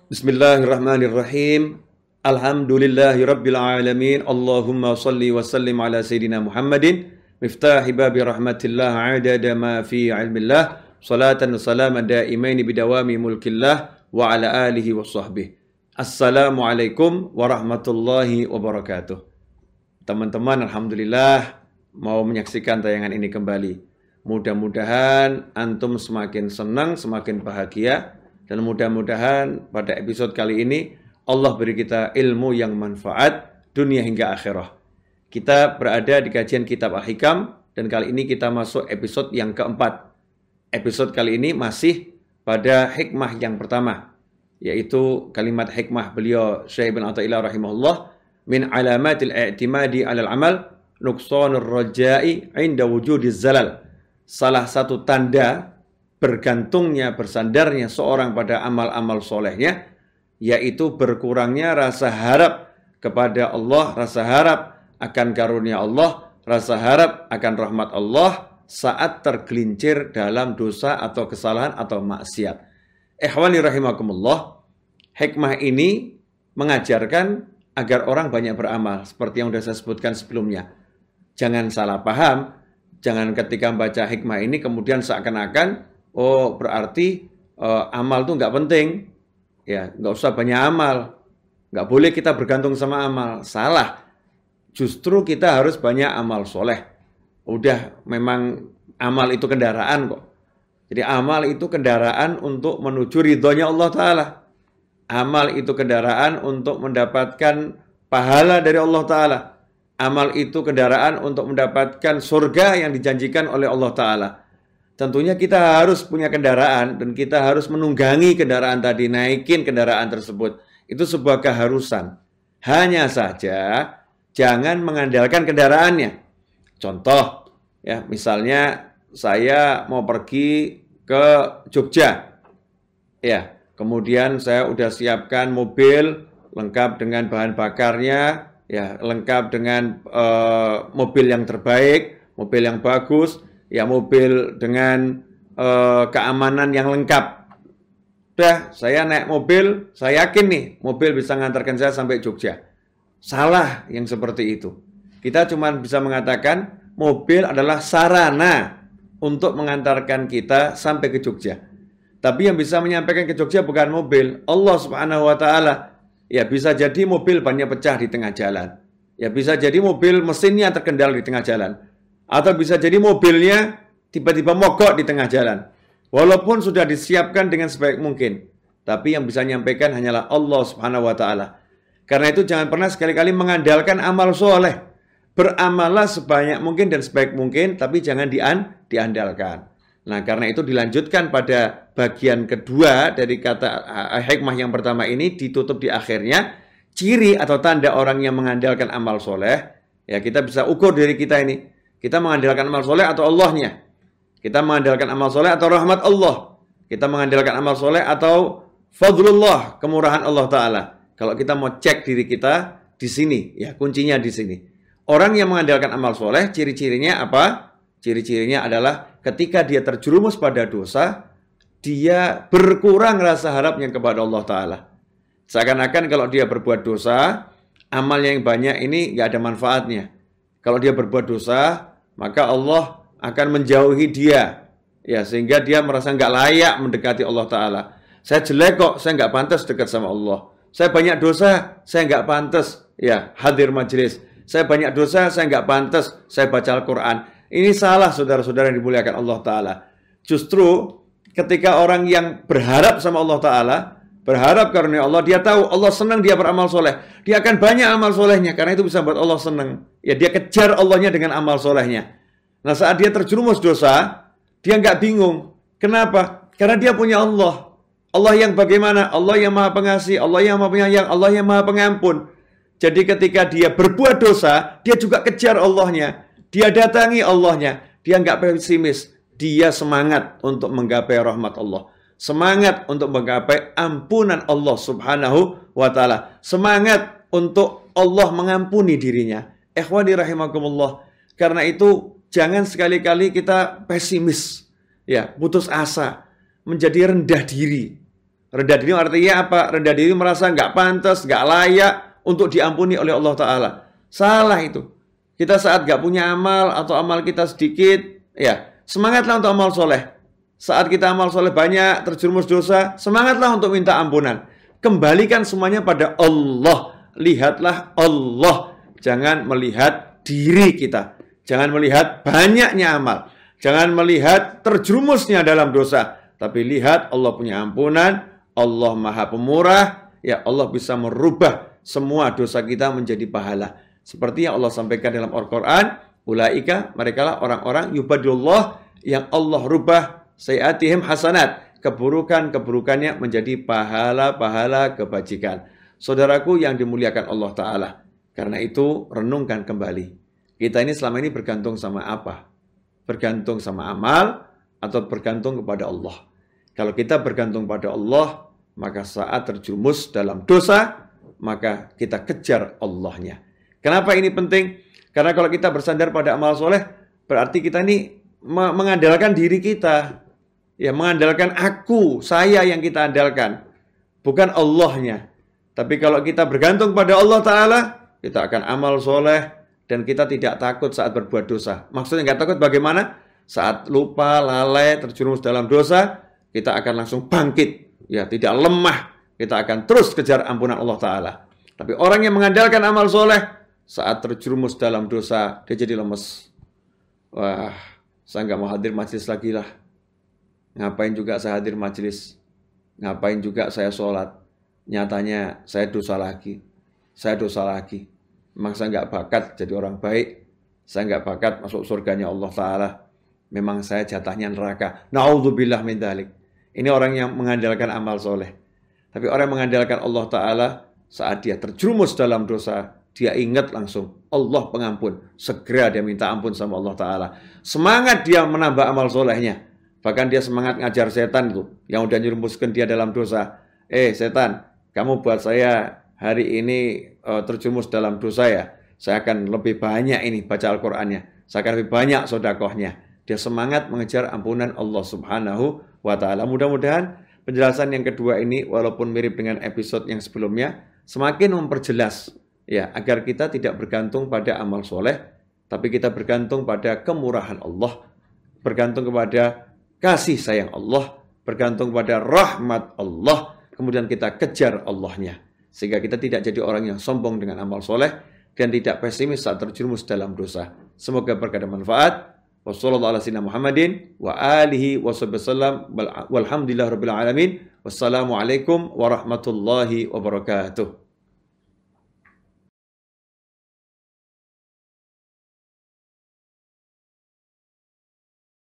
Bismillahirrahmanirrahim. Alhamdulillahirabbil alamin. Allahumma shalli wa sallim ala sayidina Muhammadin miftahi babi rahmatillah adada ma fi ilmillah salatan wa salaman daimaini bidawami mulkillah wa ala alihi wa sahbihi. Assalamualaikum warahmatullahi wabarakatuh. Teman-teman, alhamdulillah mau menyaksikan tayangan ini kembali. Mudah-mudahan antum semakin senang, semakin bahagia. Dan mudah-mudahan pada episode kali ini Allah beri kita ilmu yang manfaat dunia hingga akhirah. Kita berada di kajian kitab Al-Hikam dan kali ini kita masuk episode yang keempat. Episode kali ini masih pada hikmah yang pertama, yaitu kalimat hikmah beliau Syekh Ibn Athaillah rahimahullah, min alamatil i'timadi 'alal amal nuqsanur raja'i 'inda wujudiz zalal. Salah satu tanda bergantungnya, bersandarnya seorang pada amal-amal solehnya, yaitu berkurangnya rasa harap kepada Allah, rasa harap akan karunia Allah, rasa harap akan rahmat Allah saat tergelincir dalam dosa atau kesalahan atau maksiat. Ikhwani rahimakumullah, hikmah ini mengajarkan agar orang banyak beramal, seperti yang sudah saya sebutkan sebelumnya. Jangan salah paham, jangan ketika membaca hikmah ini kemudian seakan-akan oh berarti amal tuh nggak penting, ya nggak usah banyak amal, nggak boleh kita bergantung sama amal. Salah, justru kita harus banyak amal soleh. Udah memang amal itu kendaraan kok. Jadi amal itu kendaraan untuk menuju ridhonya Allah Ta'ala. Amal itu kendaraan untuk mendapatkan pahala dari Allah Ta'ala. Amal itu kendaraan untuk mendapatkan surga yang dijanjikan oleh Allah Ta'ala. Tentunya kita harus punya kendaraan dan kita harus menunggangi kendaraan tadi, naikin kendaraan tersebut. Itu sebuah keharusan. Hanya saja jangan mengandalkan kendaraannya. Contoh, ya misalnya saya mau pergi ke Jogja. Ya, kemudian saya udah siapkan mobil lengkap dengan bahan bakarnya, ya lengkap dengan mobil yang terbaik, mobil yang bagus. Ya mobil dengan keamanan yang lengkap. Udah, saya naik mobil, saya yakin nih mobil bisa mengantarkan saya sampai Jogja. Salah yang seperti itu. Kita cuma bisa mengatakan mobil adalah sarana untuk mengantarkan kita sampai ke Jogja. Tapi yang bisa menyampaikan ke Jogja bukan mobil, Allah Subhanahu wa Ta'ala. Ya bisa jadi mobil banyak pecah di tengah jalan. Ya bisa jadi mobil mesinnya terkendala di tengah jalan. Atau bisa jadi mobilnya tiba-tiba mogok di tengah jalan. Walaupun sudah disiapkan dengan sebaik mungkin. Tapi yang bisa menyampaikan hanyalah Allah Subhanahu wa Ta'ala. Karena itu jangan pernah sekali-kali mengandalkan amal soleh. Beramallah sebanyak mungkin dan sebaik mungkin, tapi jangan diandalkan. Nah, karena itu dilanjutkan pada bagian kedua dari kata hikmah yang pertama ini, ditutup di akhirnya. Ciri atau tanda orang yang mengandalkan amal soleh, ya kita bisa ukur diri kita ini. Kita mengandalkan amal soleh atau Allahnya. Kita mengandalkan amal soleh atau rahmat Allah. Kita mengandalkan amal soleh atau fadlullah, kemurahan Allah Ta'ala. Kalau kita mau cek diri kita di sini, ya kuncinya di sini. Orang yang mengandalkan amal soleh, ciri-cirinya apa? Ciri-cirinya adalah ketika dia terjerumus pada dosa, dia berkurang rasa harapnya kepada Allah Ta'ala. Seakan-akan kalau dia berbuat dosa, amalnya yang banyak ini nggak ada manfaatnya. Kalau dia berbuat dosa, maka Allah akan menjauhi dia. Ya, sehingga dia merasa nggak layak mendekati Allah Ta'ala. Saya jelek kok, saya nggak pantas dekat sama Allah. Saya banyak dosa, saya nggak pantas ya hadir majelis. Saya banyak dosa, saya nggak pantas saya baca Al-Quran. Ini salah saudara-saudara yang dimuliakan Allah Ta'ala. Justru ketika orang yang berharap sama Allah Ta'ala, berharap karunia Allah, dia tahu Allah senang dia beramal soleh. Dia akan banyak amal solehnya, karena itu bisa buat Allah senang. Ya dia kejar Allahnya dengan amal solehnya. Nah saat dia terjerumus dosa, dia nggak bingung. Kenapa? Karena dia punya Allah. Allah yang bagaimana? Allah yang maha pengasih, Allah yang maha penyayang, Allah yang maha pengampun. Jadi ketika dia berbuat dosa, dia juga kejar Allahnya. Dia datangi Allahnya. Dia nggak pesimis. Dia semangat untuk menggapai rahmat Allah. Semangat untuk menggapai ampunan Allah Subhanahu wa Ta'ala. Semangat untuk Allah mengampuni dirinya. Ikhwani rahimakumullah. Karena itu jangan sekali-kali kita pesimis, ya, putus asa, menjadi rendah diri. Rendah diri artinya apa? Rendah diri merasa nggak pantas, nggak layak untuk diampuni oleh Allah Ta'ala. Salah itu. Kita saat nggak punya amal atau amal kita sedikit, ya semangatlah untuk amal soleh. Saat kita amal soleh banyak, terjerumus dosa, semangatlah untuk minta ampunan. Kembalikan semuanya pada Allah. Lihatlah Allah. Jangan melihat diri kita. Jangan melihat banyaknya amal. Jangan melihat terjerumusnya dalam dosa. Tapi lihat Allah punya ampunan. Allah Maha Pemurah. Ya, Allah bisa merubah semua dosa kita menjadi pahala. Seperti yang Allah sampaikan dalam Al-Quran. Ulaika, mereka lah orang-orang yubadullah yang Allah rubah sayyatihim hasanat. Keburukan-keburukannya menjadi pahala-pahala kebajikan. Saudaraku yang dimuliakan Allah Ta'ala. Karena itu, renungkan kembali. Kita ini selama ini bergantung sama apa? Bergantung sama amal atau bergantung kepada Allah? Kalau kita bergantung pada Allah, maka saat terjerumus dalam dosa, maka kita kejar Allahnya. Kenapa ini penting? Karena kalau kita bersandar pada amal soleh, berarti kita ini mengandalkan diri kita. Ya, mengandalkan aku, saya yang kita andalkan. Bukan Allahnya. Tapi kalau kita bergantung pada Allah Ta'ala, kita akan amal soleh, dan kita tidak takut saat berbuat dosa. Maksudnya nggak takut bagaimana? Saat lupa, lalai, terjerumus dalam dosa, kita akan langsung bangkit. Ya, tidak lemah. Kita akan terus kejar ampunan Allah Ta'ala. Tapi orang yang mengandalkan amal soleh, saat terjerumus dalam dosa, dia jadi lemes. Wah, saya nggak mau hadir majelis lagi lah. Ngapain juga saya hadir majelis? Ngapain juga saya sholat? Nyatanya saya dosa lagi. Saya dosa lagi. Memang saya nggak bakat jadi orang baik. Saya nggak bakat masuk surganya Allah Ta'ala. Memang saya jatahnya neraka. Na'udzubillah min dzalik. Ini orang yang mengandalkan amal soleh. Tapi orang yang mengandalkan Allah Ta'ala, saat dia terjerumus dalam dosa, dia ingat langsung, Allah pengampun. Segera dia minta ampun sama Allah Ta'ala. Semangat dia menambah amal solehnya. Bahkan dia semangat ngajar setan itu, yang udah nyerumuskan dia dalam dosa. Setan, kamu buat saya hari ini terjerumus dalam dosa ya. Saya akan lebih banyak ini baca Al-Qur'annya. Saya akan lebih banyak sedekahnya. Dia semangat mengejar ampunan Allah Subhanahu wa Ta'ala. Mudah-mudahan penjelasan yang kedua ini, walaupun mirip dengan episode yang sebelumnya, semakin memperjelas ya, agar kita tidak bergantung pada amal soleh, tapi kita bergantung pada kemurahan Allah, bergantung kepada kasih sayang Allah, bergantung pada rahmat Allah, kemudian kita kejar Allahnya. Sehingga kita tidak jadi orang yang sombong dengan amal soleh, dan tidak pesimis saat terjerumus dalam dosa. Semoga berkah dan manfaat. Wassalamualaikum warahmatullahi wabarakatuh.